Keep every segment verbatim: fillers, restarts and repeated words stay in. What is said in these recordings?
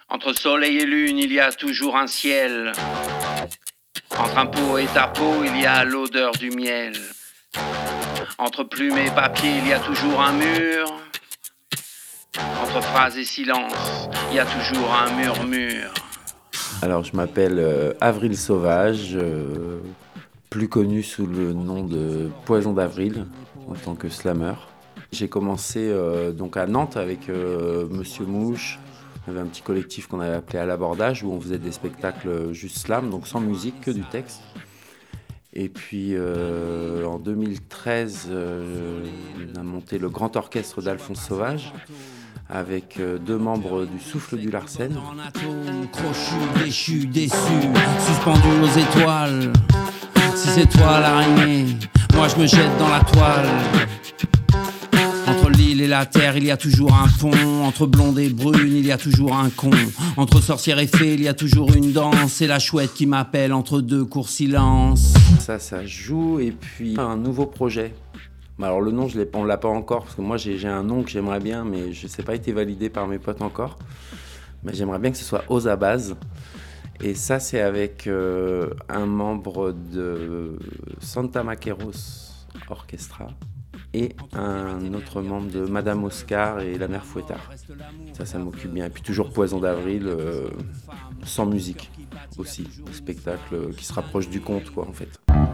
Entre soleil et lune, il y a toujours un ciel. Entre un pot et ta peau, il y a l'odeur du miel. Entre plume et papier, il y a toujours un mur. Entre phrase et silence, il y a toujours un murmure. Alors, je m'appelle euh, Avril Sauvage, euh, plus connu sous le nom de Poison d'Avril, en tant que slammer. J'ai commencé euh, donc à Nantes avec euh, Monsieur Mouche. On avait un petit collectif qu'on avait appelé À l'abordage, où on faisait des spectacles juste slam, donc sans musique, que du texte. Et puis euh, en deux mille treize, euh, on a monté le Grand Orchestre d'Alphonse Sauvage, avec euh, deux membres du Souffle du Larsen. Crochu, déchu, déçu, suspendu aux étoiles. Six étoiles araignées, moi je me jette dans la toile. Entre l'île et la terre, il y a toujours un pont. Entre blonde et brune, il y a toujours un con. Entre sorcière et fée, il y a toujours une danse. C'est la chouette qui m'appelle entre deux courts silences. Ça, ça joue. Et puis un nouveau projet. Alors le nom, je l'ai, on ne l'a pas encore, parce que moi j'ai, j'ai un nom que j'aimerais bien, mais je ne sais pas été validé par mes potes encore. Mais j'aimerais bien que ce soit Osabaz. Et ça, c'est avec euh, un membre de Santa Maqueros Orchestra et un autre membre de Madame Oscar et La Mère Fouettard. Ça, ça m'occupe bien. Et puis toujours Poison d'Avril, euh, sans musique aussi. Un spectacle qui se rapproche du conte, quoi, en fait.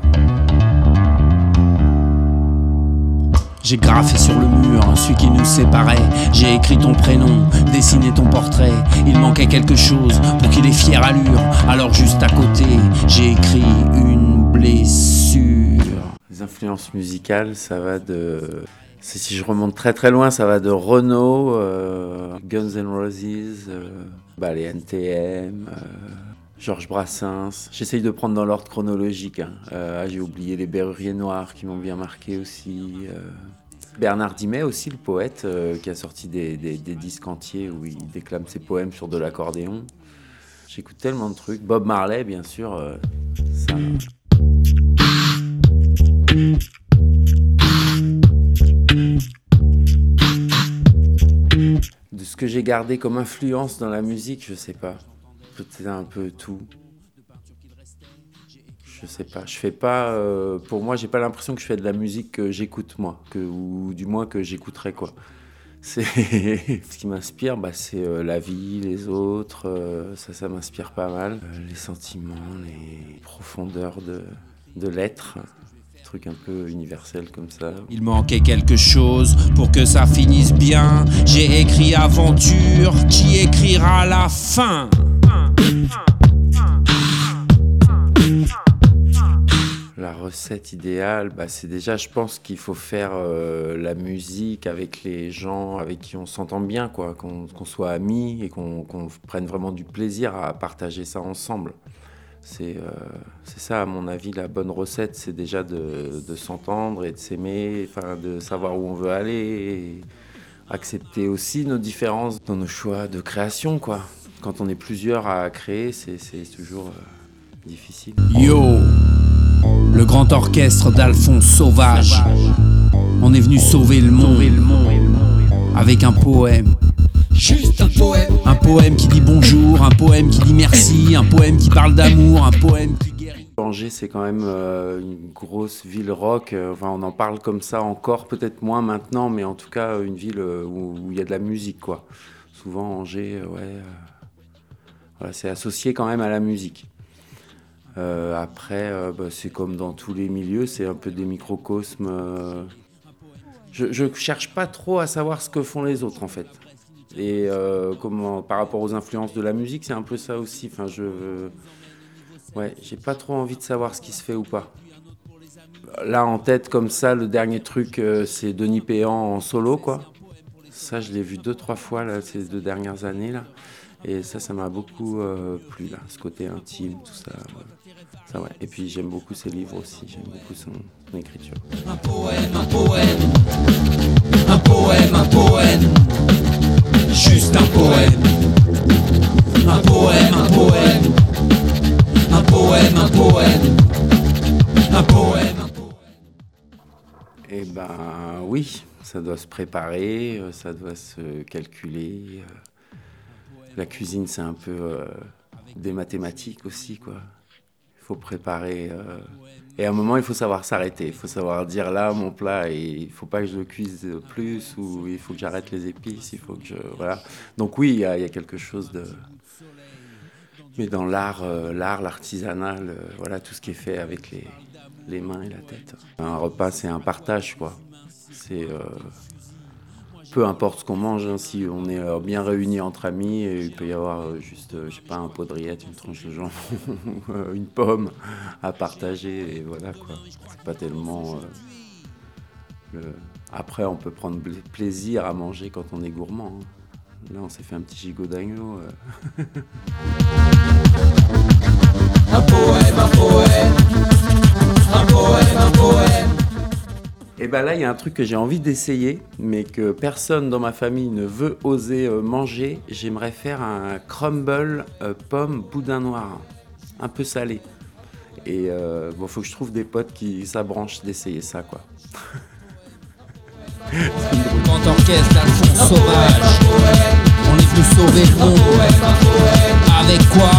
J'ai graffé sur le mur celui qui nous séparait. J'ai écrit ton prénom, dessiné ton portrait. Il manquait quelque chose pour qu'il ait fière allure. Alors juste à côté, j'ai écrit une blessure. Les influences musicales, ça va de... Si je remonte très très loin, ça va de Renaud, euh, Guns N' Roses, euh, bah, les N T M, euh, Georges Brassens. J'essaye de prendre dans l'ordre chronologique. Hein. Euh, j'ai oublié les Berruriers Noirs qui m'ont bien marqué aussi. Euh, Bernard Dimet aussi, le poète, euh, qui a sorti des, des, des disques entiers où il déclame ses poèmes sur de l'accordéon. J'écoute tellement de trucs. Bob Marley, bien sûr. Euh, ça... De ce que j'ai gardé comme influence dans la musique, je sais pas. Peut-être un peu tout. Je sais pas. Je fais pas. Euh, pour moi, j'ai pas l'impression que je fais de la musique que j'écoute moi, que, ou du moins que j'écouterais quoi. C'est ce qui m'inspire, bah, c'est euh, la vie, les autres. Euh, ça, ça m'inspire pas mal. Euh, les sentiments, les profondeurs de, de l'être. Truc un peu universel comme ça. Il manquait quelque chose pour que ça finisse bien. J'ai écrit aventure, qui écrira la fin. La recette idéale, bah, c'est déjà, je pense qu'il faut faire euh, la musique avec les gens avec qui on s'entend bien, quoi, qu'on, qu'on soit amis et qu'on, qu'on prenne vraiment du plaisir à partager ça ensemble. C'est, euh, c'est ça, à mon avis, la bonne recette, c'est déjà de, de s'entendre et de s'aimer, enfin, de savoir où on veut aller, et accepter aussi nos différences dans nos choix de création, quoi. Quand on est plusieurs à créer, c'est, c'est toujours euh, difficile. Yo, le grand orchestre d'Alphonse Sauvage. On est venu sauver le monde avec un poème. Juste un poème. Un poème qui dit bonjour, un poème qui dit merci, un poème qui parle d'amour, un poème qui guérit. Angers, c'est quand même euh, une grosse ville rock. Enfin, on en parle comme ça encore, peut-être moins maintenant, mais en tout cas, une ville où il y a de la musique, quoi. Souvent, Angers, ouais, euh, voilà, c'est associé quand même à la musique. Euh, après, euh, bah, c'est comme dans tous les milieux, c'est un peu des microcosmes. Euh... Je, je cherche pas trop à savoir ce que font les autres, en fait. Et euh, comment, par rapport aux influences de la musique, c'est un peu ça aussi. Enfin, je, ouais, j'ai pas trop envie de savoir ce qui se fait ou pas. Là, en tête, comme ça, le dernier truc, euh, c'est Denis Péan en solo, quoi. Ça, je l'ai vu deux, trois fois là, ces deux dernières années, là. Et ça, ça m'a beaucoup euh, plu, là, ce côté intime, tout ça. Ouais. Ça ouais. Et puis, j'aime beaucoup ses livres aussi. J'aime beaucoup son, son écriture. Un poème, un poème, un poème, un poème. Juste un poème, un poème, un poème, un poème, un poème, un poème, un poème. Eh ben oui, ça doit se préparer, ça doit se calculer. La cuisine, c'est un peu euh, des mathématiques aussi, quoi. Il faut préparer. Euh, et à un moment, il faut savoir s'arrêter. Il faut savoir dire là, mon plat, et il ne faut pas que je le cuise plus, ou il faut que j'arrête les épices, il faut que je. Voilà. Donc, oui, il y, y a quelque chose de. Mais dans l'art, euh, l'art, l'artisanat, le, voilà, tout ce qui est fait avec les, les mains et la tête. Un repas, c'est un partage, quoi. C'est. Euh, peu importe ce qu'on mange, hein, si on est euh, bien réunis entre amis, et il peut y avoir euh, juste, euh, je sais pas, un pot de rillettes, une tranche de jambon, une pomme à partager, et voilà, quoi. C'est pas tellement... Euh, le... Après, on peut prendre plaisir à manger quand on est gourmand, hein. Là, on s'est fait un petit gigot d'agneau. Euh. Un poème, un poème, un poème, un poème. Et bien là, il y a un truc que j'ai envie d'essayer, mais que personne dans ma famille ne veut oser euh, manger. J'aimerais faire un crumble euh, pomme boudin noir, un peu salé. Et euh, bon, faut que je trouve des potes qui s'abranchent d'essayer ça, quoi. Quand orchestre Alphonse Sauvage, on est venu sauver le monde. Avec quoi?